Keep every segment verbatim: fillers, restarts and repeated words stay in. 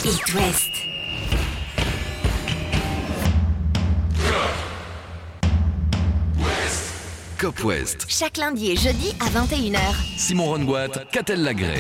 It West. Cop West. Chaque lundi et jeudi à vingt et une heures. Simon Rongoat, Catel Lagré.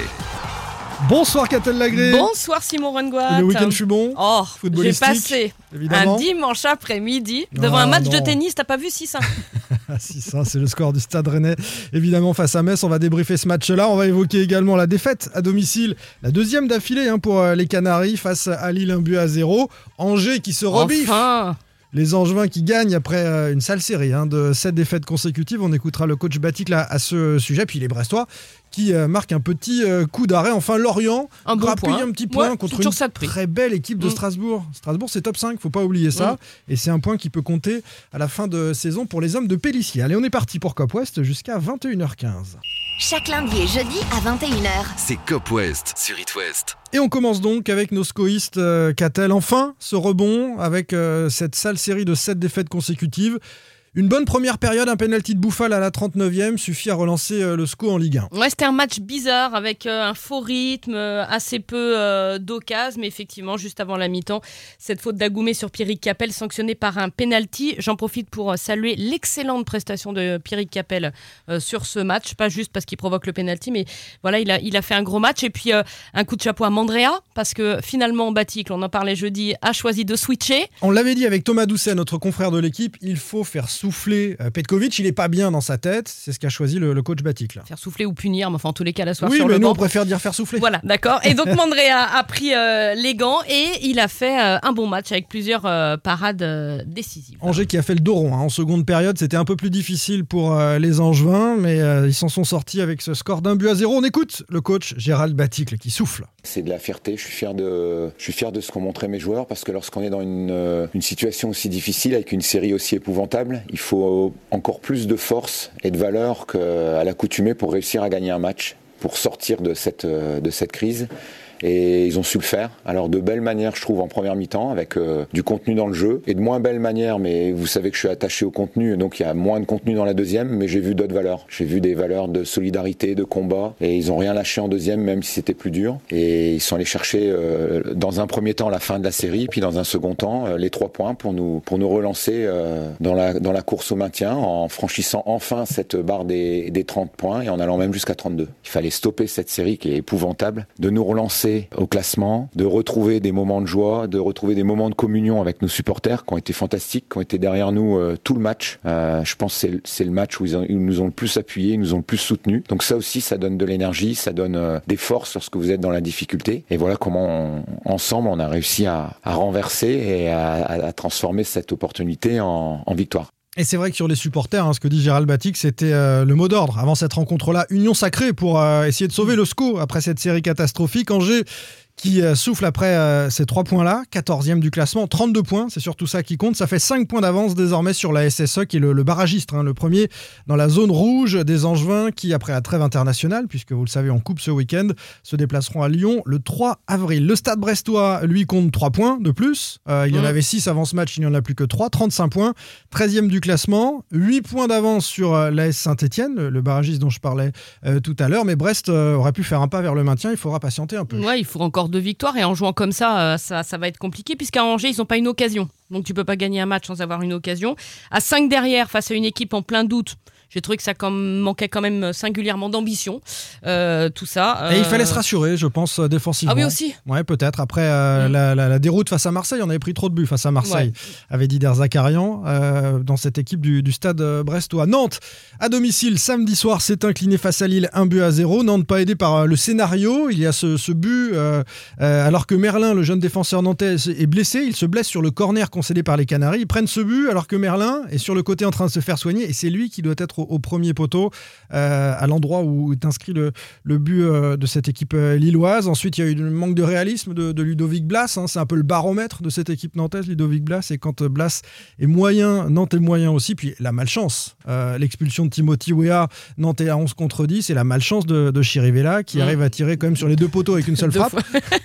Bonsoir Catel Lagré. Bonsoir Simon Rongoat. Le week-end fut bon. Oh, j'ai passé évidemment. un dimanche après-midi devant Ah, un match non. de tennis. T'as pas vu six un? six un, c'est le score du Stade Rennais. Évidemment, face à Metz, on va débriefer ce match-là. On va évoquer également la défaite à domicile, la deuxième d'affilée hein, pour euh, les Canaries face à Lille, un but à zéro. Angers qui se rebiffe. Enfin. Les Angevins qui gagnent après euh, une sale série hein, de sept défaites consécutives. On écoutera le coach Batic là, à ce sujet. Puis les Brestois qui euh, marquent un petit euh, coup d'arrêt. Enfin, Lorient Un bon grappille point. un petit point Ouais, contre toujours une ça de prix. très belle équipe de Mm. Strasbourg. Strasbourg, c'est top cinq, faut pas oublier ça. Mm. Et c'est un point qui peut compter à la fin de saison pour les hommes de Pélissier. Allez, on est parti pour Cop West jusqu'à vingt et une heures quinze. Chaque lundi et jeudi à vingt et une heures. C'est Cop West sur It West. Et on commence donc avec nos scoïstes euh, Catel. Enfin, ce rebond avec euh, cette sale série de sept défaites consécutives. Une bonne première période, un penalty de Bouffal à la trente-neuvième suffit à relancer euh, le S C O en Ligue un. Ouais, c'était un match bizarre avec euh, un faux rythme, euh, assez peu euh, d'occasions, mais effectivement, juste avant la mi-temps, cette faute d'Agoumé sur Pierrick Capel sanctionnée par un penalty. J'en profite pour euh, saluer l'excellente prestation de Pierrick Capel euh, sur ce match, pas juste parce qu'il provoque le penalty, mais voilà, il a, il a fait un gros match. Et puis euh, un coup de chapeau à Mandrea, parce que finalement, Batic, on en parlait jeudi, a choisi de switcher. On l'avait dit avec Thomas Doucet, notre confrère de l'équipe, il faut faire souffler euh, Petkovic. Il est pas bien dans sa tête, c'est ce qu'a choisi le, le coach Batic là. Faire souffler ou punir, mais enfin en tous les cas, l'asseoir Oui, sur mais le nous banc. on préfère dire faire souffler. Voilà, d'accord. Et donc Mandrea a pris euh, les gants et il a fait euh, un bon match avec plusieurs euh, parades euh, décisives. Angers qui a fait le dos rond hein. En seconde période, c'était un peu plus difficile pour euh, les Angevins, mais euh, ils s'en sont sortis avec ce score d'un but à zéro. On écoute le coach Gérald Batic qui souffle. C'est de la fierté, je suis fier de, je suis fier de ce qu'ont montré mes joueurs parce que lorsqu'on est dans une, euh, une situation aussi difficile avec une série aussi épouvantable, il faut encore plus de force et de valeur qu'à l'accoutumée pour réussir à gagner un match, pour sortir de cette, euh, de cette crise. Et ils ont su le faire. Alors de belles manières, je trouve, en première mi-temps, avec euh, du contenu dans le jeu, et de moins belles manières, mais vous savez que je suis attaché au contenu, donc il y a moins de contenu dans la deuxième, mais j'ai vu d'autres valeurs. J'ai vu des valeurs de solidarité, de combat, et ils ont rien lâché en deuxième, même si c'était plus dur. Et ils sont allés chercher, euh, dans un premier temps, la fin de la série, puis dans un second temps, euh, les trois points pour nous, pour nous relancer euh, dans, la, dans la course au maintien, en franchissant enfin cette barre des, des trente points, et en allant même jusqu'à trente-deux. Il fallait stopper cette série qui est épouvantable, de nous relancer au classement, de retrouver des moments de joie, de retrouver des moments de communion avec nos supporters qui ont été fantastiques, qui ont été derrière nous euh, tout le match. Euh, je pense que c'est, c'est le match où ils, ont, ils nous ont le plus appuyés, ils nous ont le plus soutenus. Donc ça aussi, ça donne de l'énergie, ça donne euh, des forces lorsque vous êtes dans la difficulté. Et voilà comment, on, ensemble, on a réussi à, à renverser et à, à, à transformer cette opportunité en, en victoire. Et c'est vrai que sur les supporters, hein, ce que dit Gérald Batic, c'était euh, le mot d'ordre. Avant cette rencontre-là, union sacrée pour euh, essayer de sauver le S C O après cette série catastrophique. Angers qui euh, souffle après euh, ces trois points-là, quatorzième du classement, trente-deux points, c'est surtout ça qui compte. Ça fait cinq points d'avance désormais sur la S S E qui est le, le barragiste, hein, le premier dans la zone rouge des Angevins qui, après la trêve internationale, puisque vous le savez, on coupe ce week-end, se déplaceront à Lyon le trois avril. Le Stade brestois, lui, compte trois points de plus. Euh, il y en avait six avant ce match, il n'y en a plus que trois, trente-cinq points, treizième du classement, huit points d'avance sur euh, l'A S Saint-Etienne, le, le barragiste dont je parlais euh, tout à l'heure, mais Brest euh, aurait pu faire un pas vers le maintien, il faudra patienter un peu. Ouais, il faut encore deux victoires et en jouant comme ça, euh, ça, ça va être compliqué puisqu'à Angers, ils n'ont pas une occasion. Donc tu peux pas gagner un match sans avoir une occasion. À cinq derrière, face à une équipe en plein doute, j'ai trouvé que ça comme, manquait quand même singulièrement d'ambition, euh, tout ça. Euh... Et il fallait se rassurer, je pense, euh, défensivement. Ah oui, aussi. Ouais, peut-être. Après euh, mmh. la, la, la déroute face à Marseille, on avait pris trop de buts face à Marseille, ouais. Avait dit Der Zakarian, euh, dans cette équipe du, du stade brestois. Nantes, à domicile, samedi soir, s'est incliné face à Lille, un but à zéro. Nantes pas aidé par euh, le scénario. Il y a ce, ce but, euh, euh, alors que Merlin, le jeune défenseur nantais, est blessé. Il se blesse sur le corner concédé par les Canaries. Ils prennent ce but, alors que Merlin est sur le côté en train de se faire soigner. Et c'est lui qui doit être au, au premier poteau, euh, à l'endroit où est inscrit le, le but euh, de cette équipe euh, lilloise. Ensuite, il y a eu le manque de réalisme de, de Ludovic Blas. Hein, c'est un peu le baromètre de cette équipe nantaise, Ludovic Blas. Et quand Blas est moyen, Nantes est moyen aussi. Puis la malchance. Euh, l'expulsion de Timothy Weah, Nantes est à onze contre dix. Et la malchance de, de Chirivella qui mmh. arrive à tirer quand même sur les deux poteaux avec une seule frappe.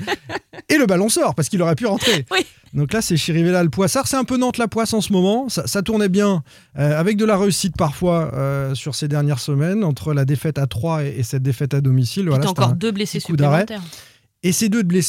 Et le ballon sort parce qu'il aurait pu rentrer. Oui. Donc là, c'est Chirivella le Poissard. C'est un peu Nantes la Poisse en ce moment. Ça, ça tournait bien, euh, avec de la réussite parfois euh, sur ces dernières semaines, entre la défaite à trois et, et cette défaite à domicile. Il voilà, y a encore un deux blessés supplémentaires. Et ces deux blessés,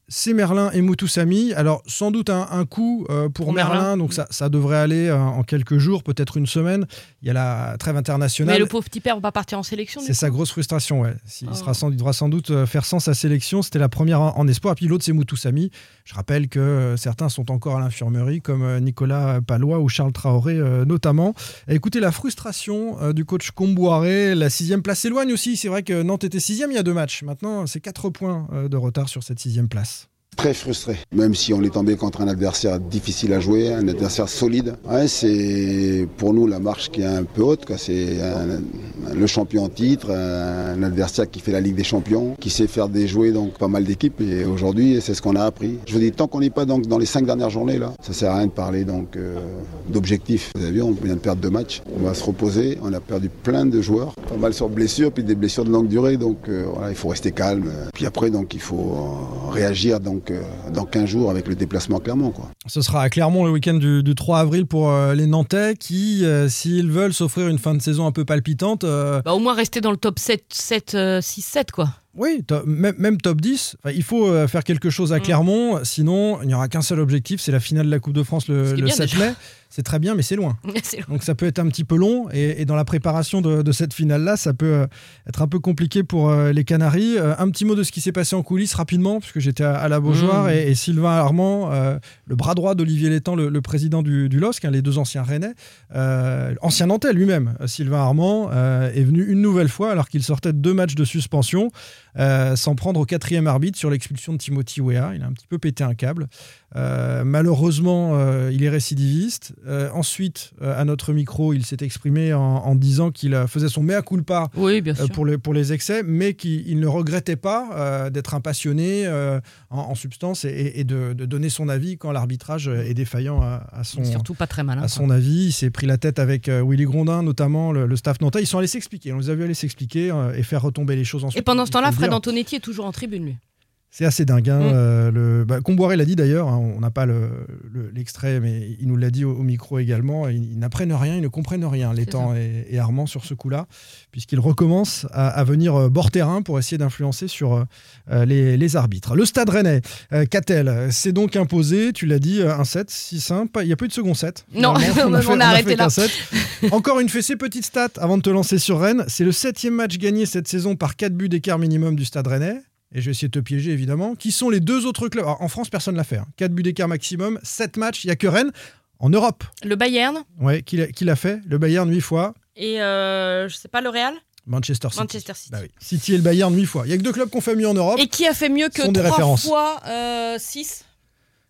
c'est Merlin et Moutoussamy. Alors, sans doute un, un coup euh, pour, pour Merlin, Merlin, donc ça, ça devrait aller euh, en quelques jours, peut-être une semaine. Il y a la trêve internationale. Mais le pauvre petit père va pas partir en sélection. C'est sa grosse frustration, ouais. Il, oh. sera sans, il devra sans doute faire sans sa sélection. C'était la première en, en espoir. Puis l'autre, c'est Moutoussamy. Je rappelle que euh, certains sont encore à l'infirmerie, comme euh, Nicolas Palois ou Charles Traoré, euh, notamment. Et écoutez, la frustration euh, du coach Comboiré, la sixième place s'éloigne aussi. C'est vrai que Nantes était sixième il y a deux matchs. Maintenant, c'est quatre points euh, de retard sur cette sixième place. Très frustré, même si on est tombé contre un adversaire difficile à jouer, un adversaire solide. Ouais, c'est pour nous la marche qui est un peu haute, quoi. C'est un, le champion en titre, un adversaire qui fait la Ligue des Champions, qui sait faire déjouer donc pas mal d'équipes. Et aujourd'hui, c'est ce qu'on a appris. Je vous dis, tant qu'on n'est pas donc dans les cinq dernières journées là, ça sert à rien de parler donc euh, d'objectifs. Vous avez vu, on vient de perdre deux matchs. On va se reposer. On a perdu plein de joueurs, pas mal sur blessures, puis des blessures de longue durée. Donc euh, voilà, il faut rester calme. Puis après, donc il faut euh, réagir donc dans quinze jours avec le déplacement à Clermont, quoi. Ce sera à Clermont le week-end du, du trois avril pour euh, les Nantais qui, euh, s'ils veulent s'offrir une fin de saison un peu palpitante... Euh... Bah, au moins rester dans le top sept, sept, six, sept, quoi. Oui, to- même, même top dix. Enfin, il faut euh, faire quelque chose à Clermont, mmh. sinon il n'y aura qu'un seul objectif, c'est la finale de la Coupe de France le, le sept mai. C'est très bien, mais c'est loin. c'est loin. Donc ça peut être un petit peu long, et, et dans la préparation de, de cette finale-là, ça peut euh, être un peu compliqué pour euh, les Canaries. Euh, un petit mot de ce qui s'est passé en coulisses rapidement, puisque j'étais à, à la Beaujoire, mmh. et, et Sylvain Armand, euh, le bras droit d'Olivier Létang, le, le président du, du L O S C, hein, les deux anciens Rennais, euh, ancien Nantais lui-même, Sylvain Armand, euh, est venu une nouvelle fois, alors qu'il sortait de deux matchs de suspension, Euh, s'en prendre au quatrième arbitre sur l'expulsion de Timothy Weah. Il a un petit peu pété un câble. Euh, malheureusement, euh, il est récidiviste. Euh, ensuite, euh, à notre micro, il s'est exprimé en, en disant qu'il faisait son mea culpa oui, bien sûr. Euh, pour, les, pour les excès, mais qu'il ne regrettait pas euh, d'être un passionné euh, en, en substance et, et de, de donner son avis quand l'arbitrage est défaillant à, à son, surtout pas très malin, à son avis. Il s'est pris la tête avec euh, Willy Grondin, notamment le, le staff nantais. Ils sont allés s'expliquer. On les a vus aller s'expliquer euh, et faire retomber les choses ensuite. Et pendant ce temps-là, Fred Antonetti est toujours en tribune, lui. C'est assez dingue. Hein, mmh. euh, le, bah, Comboiré l'a dit d'ailleurs, hein, on n'a pas le, le, l'extrait, mais il nous l'a dit au, au micro également. Ils, ils n'apprennent rien, ils ne comprennent rien, Létang et, et Armand, sur ce coup-là, puisqu'ils recommencent à, à venir euh, bord terrain pour essayer d'influencer sur euh, les, les arbitres. Le Stade Rennais, euh, Catel, s'est donc imposé, tu l'as dit, un sept, six un. Il n'y a pas eu de second set. Non, on a, fait, on a, on a arrêté là. Encore une fessée, petite stat avant de te lancer sur Rennes. C'est le septième match gagné cette saison par quatre buts d'écart minimum du Stade Rennais. Et je vais essayer de te piéger, évidemment. Qui sont les deux autres clubs ? Alors, en France, personne ne l'a fait. Hein. quatre buts d'écart maximum, sept matchs, il n'y a que Rennes. En Europe. Le Bayern. Oui, qui, l'a, qui l'a fait ? Le Bayern, huit fois. Et euh, je sais pas, le Real ? Manchester City. Manchester City. Bah oui. City et le Bayern, huit fois. Il n'y a que deux clubs qui ont fait mieux en Europe. Et qui a fait mieux que trois fois euh, six ? dix-huit ?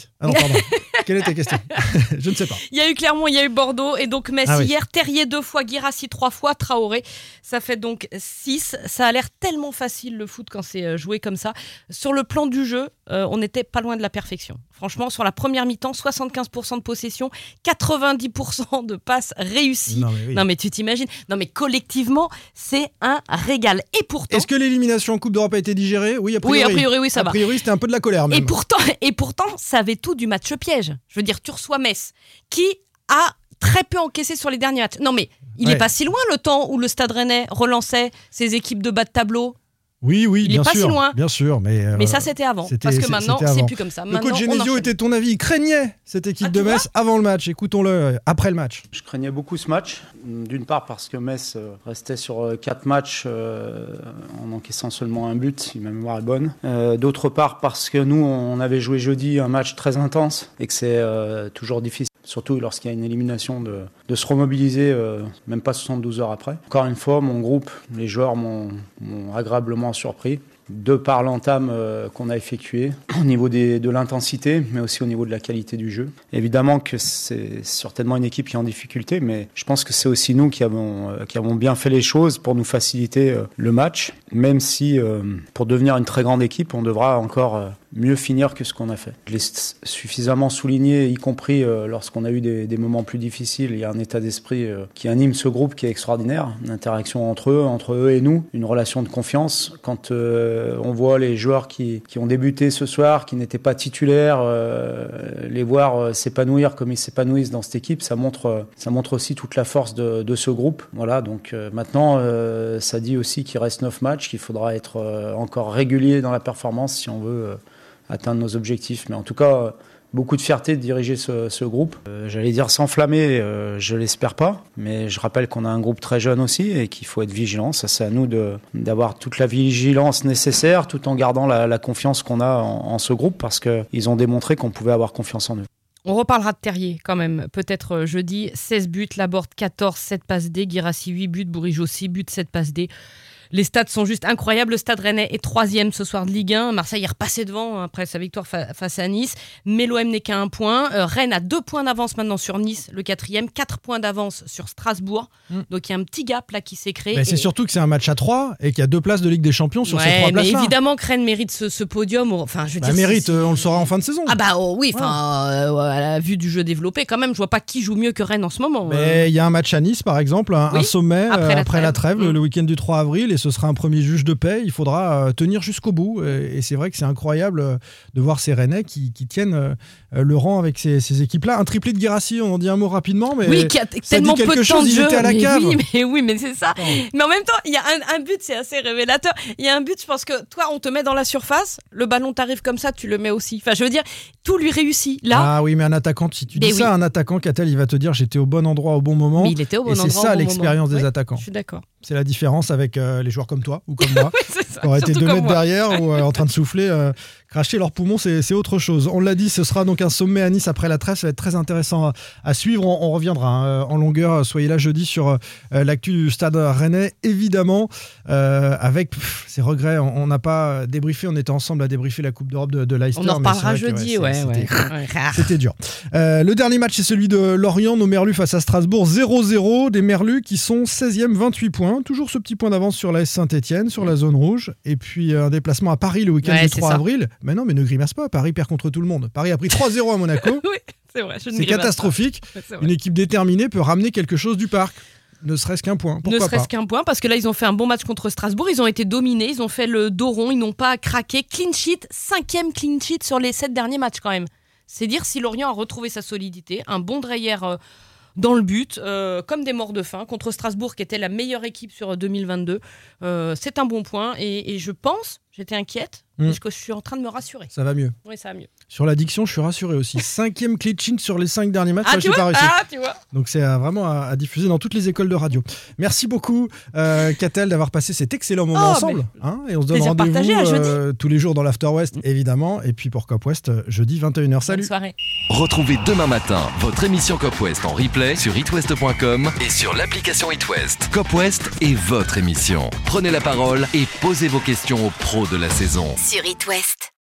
Ah non, pardon. Quelle est ta question ? Je ne sais pas. Il y a eu Clermont, il y a eu Bordeaux, et donc Metz ah hier, oui. Terrier deux fois, Guirassy trois fois, Traoré. Ça fait donc six. Ça a l'air tellement facile le foot quand c'est joué comme ça. Sur le plan du jeu, euh, on n'était pas loin de la perfection. Franchement, sur la première mi-temps, soixante-quinze pour cent de possession, quatre-vingt-dix pour cent de passes réussies. Non mais, oui. non mais tu t'imagines. Non mais collectivement, c'est un régal. Et pourtant... Est-ce que l'élimination en Coupe d'Europe a été digérée ? Oui, a priori. Oui, a priori, oui, ça a va. A priori, c'était un peu de la colère même. Et pourtant, et pourtant, ça avait tout du match piège. Je veux dire, tu reçois Metz, qui a très peu encaissé sur les derniers matchs. Non mais, il n'est ouais. pas si loin le temps où le Stade Rennais relançait ses équipes de bas de tableau. Oui, oui, il bien est pas sûr, si loin. bien sûr, mais euh, mais ça c'était avant, c'était, parce que maintenant c'est, c'est plus comme ça. Le maintenant, coach Genesio était ton avis, il craignait cette équipe ah, de Metz vois avant le match. Écoutons-le euh, après le match. Je craignais beaucoup ce match, d'une part parce que Metz euh, restait sur quatre matchs euh, en encaissant seulement un but, si ma mémoire est bonne. Euh, d'autre part parce que nous on avait joué jeudi un match très intense et que c'est euh, toujours difficile. Surtout lorsqu'il y a une élimination, de, de se remobiliser, euh, même pas soixante-douze heures après. Encore une fois, mon groupe, les joueurs m'ont, m'ont agréablement surpris, de par l'entame euh, qu'on a effectuée, au niveau des, de l'intensité, mais aussi au niveau de la qualité du jeu. Évidemment que c'est certainement une équipe qui est en difficulté, mais je pense que c'est aussi nous qui avons, euh, qui avons bien fait les choses pour nous faciliter euh, le match, même si euh, pour devenir une très grande équipe, on devra encore... Euh, mieux finir que ce qu'on a fait. Je l'ai suffisamment souligné, y compris euh, lorsqu'on a eu des, des moments plus difficiles. Il y a un état d'esprit euh, qui anime ce groupe qui est extraordinaire. Une interaction entre eux, entre eux et nous. Une relation de confiance. Quand euh, on voit les joueurs qui, qui ont débuté ce soir, qui n'étaient pas titulaires, euh, les voir euh, s'épanouir comme ils s'épanouissent dans cette équipe, ça montre, euh, ça montre aussi toute la force de, de ce groupe. Voilà, donc euh, maintenant, euh, ça dit aussi qu'il reste neuf matchs, qu'il faudra être euh, encore régulier dans la performance si on veut... Euh, atteindre nos objectifs. Mais en tout cas, beaucoup de fierté de diriger ce, ce groupe. Euh, j'allais dire s'enflammer, euh, je l'espère pas, mais je rappelle qu'on a un groupe très jeune aussi et qu'il faut être vigilant. Ça, c'est à nous de, d'avoir toute la vigilance nécessaire tout en gardant la, la confiance qu'on a en, en ce groupe parce qu'ils ont démontré qu'on pouvait avoir confiance en eux. On reparlera de Terrier quand même, peut-être jeudi. seize buts, Laborde quatorze, sept passes D, Guirassy huit buts, Bourigeaud six buts, sept passes D. Les stats sont juste incroyables. Le Stade Rennais est troisième ce soir de Ligue un. Marseille est repassé devant après sa victoire fa- face à Nice. Mais l'O M n'est qu'à un point. Euh, Rennes a deux points d'avance maintenant sur Nice, le quatrième. Quatre points d'avance sur Strasbourg. Mm. Donc il y a un petit gap là qui s'est créé. Mais c'est et... surtout que c'est un match à trois et qu'il y a deux places de Ligue des Champions sur ouais, ces trois places-là. Mais évidemment que Rennes mérite ce, ce podium. Enfin, je veux bah, dire, mérite, c'est... on le saura en fin de saison. Ah bah oh, oui, enfin, ouais. euh, à la vue du jeu développé, quand même, je vois pas qui joue mieux que Rennes en ce moment. Mais il euh... y a un match à Nice, par exemple, un, oui, un sommet après, euh, la, après trêve. la trêve, mmh. le week-end du trois avril, et ce sera un premier juge de paix. Il faudra euh, tenir jusqu'au bout. Et, et c'est vrai que c'est incroyable euh, de voir ces Rennais qui, qui tiennent euh, le rang avec ces, ces équipes-là. Un triplé de Guirassy, on en dit un mot rapidement, mais oui, qui a t- tellement dit peu de temps de jeu. Il était à la mais cave. Oui, mais oui, mais c'est ça. Oh. Mais en même temps, il y a un, un but, c'est assez révélateur. Il y a un but, je pense que toi, on te met dans la surface, le ballon t'arrive comme ça, tu le mets aussi. Enfin, je veux dire, tout lui réussit. Là. Ah oui, mais un attaquant, si tu dis oui. ça, un attaquant, Catel, il va te dire, j'étais au bon endroit au bon moment. Mais il était au bon et endroit. C'est ça au bon l'expérience moment. des oui, attaquants. Je suis d'accord. C'est la différence avec euh, les joueurs comme toi ou comme moi. oui, c'est ça. Qui auraient été deux mètres moi. derrière ou euh, en train de souffler, euh, cracher leurs poumons, c'est, c'est autre chose. On l'a dit, ce sera donc un sommet à Nice après la trêve. Ça va être très intéressant à, à suivre. On, on reviendra hein, en longueur. Soyez là jeudi sur euh, l'actu du Stade Rennais, évidemment, euh, avec pff, ces regrets. On n'a pas débriefé. On était ensemble à débriefer la Coupe d'Europe de, de Leicester. On en reparlera que, jeudi, ouais, ouais, c'était, ouais, ouais. C'était dur. Euh, le dernier match, c'est celui de Lorient, nos Merlus face à Strasbourg, zéro zéro. Des Merlus qui sont seizième, vingt-huit points. Toujours ce petit point d'avance sur la S Saint-Etienne, sur la zone rouge. Et puis un déplacement à Paris le week-end ouais, du trois avril. Mais non, mais ne grimace pas. Paris perd contre tout le monde. Paris a pris trois zéro à Monaco. oui, c'est vrai. Je ne c'est catastrophique. Ouais, c'est Une équipe déterminée peut ramener quelque chose du parc. Ne serait-ce qu'un point. Pourquoi ne serait-ce pas qu'un point, parce que là, ils ont fait un bon match contre Strasbourg. Ils ont été dominés. Ils ont fait le dos rond. Ils n'ont pas craqué. Clean sheet. Cinquième clean sheet sur les sept derniers matchs, quand même. C'est dire si Lorient a retrouvé sa solidité. Un bon Dreyer euh, dans le but, euh, comme des morts de faim, contre Strasbourg, qui était la meilleure équipe sur deux mille vingt-deux. Euh, c'est un bon point. Et, et je pense, j'étais inquiète, mmh. mais je, je suis en train de me rassurer. Ça va mieux. Oui, ça va mieux. Sur l'addiction, je suis rassuré aussi. Cinquième clean sheet sur les cinq derniers matchs. Ah, là, tu j'ai vois pas réussi. Ah, tu vois. Donc c'est à, vraiment à, à diffuser dans toutes les écoles de radio. Merci beaucoup, euh, Catel, d'avoir passé cet excellent moment oh, ensemble. Hein, et on se donne plaisir rendez-vous partagé, à jeudi. Euh, tous les jours dans l'After West, mmh. évidemment. Et puis pour Cop West, jeudi vingt et une heures. Salut. Bonne soirée. Retrouvez demain matin votre émission Cop West en replay sur it west point com et sur l'application It West. Cop West est votre émission. Prenez la parole et posez vos questions aux pros de la saison. Sur It West.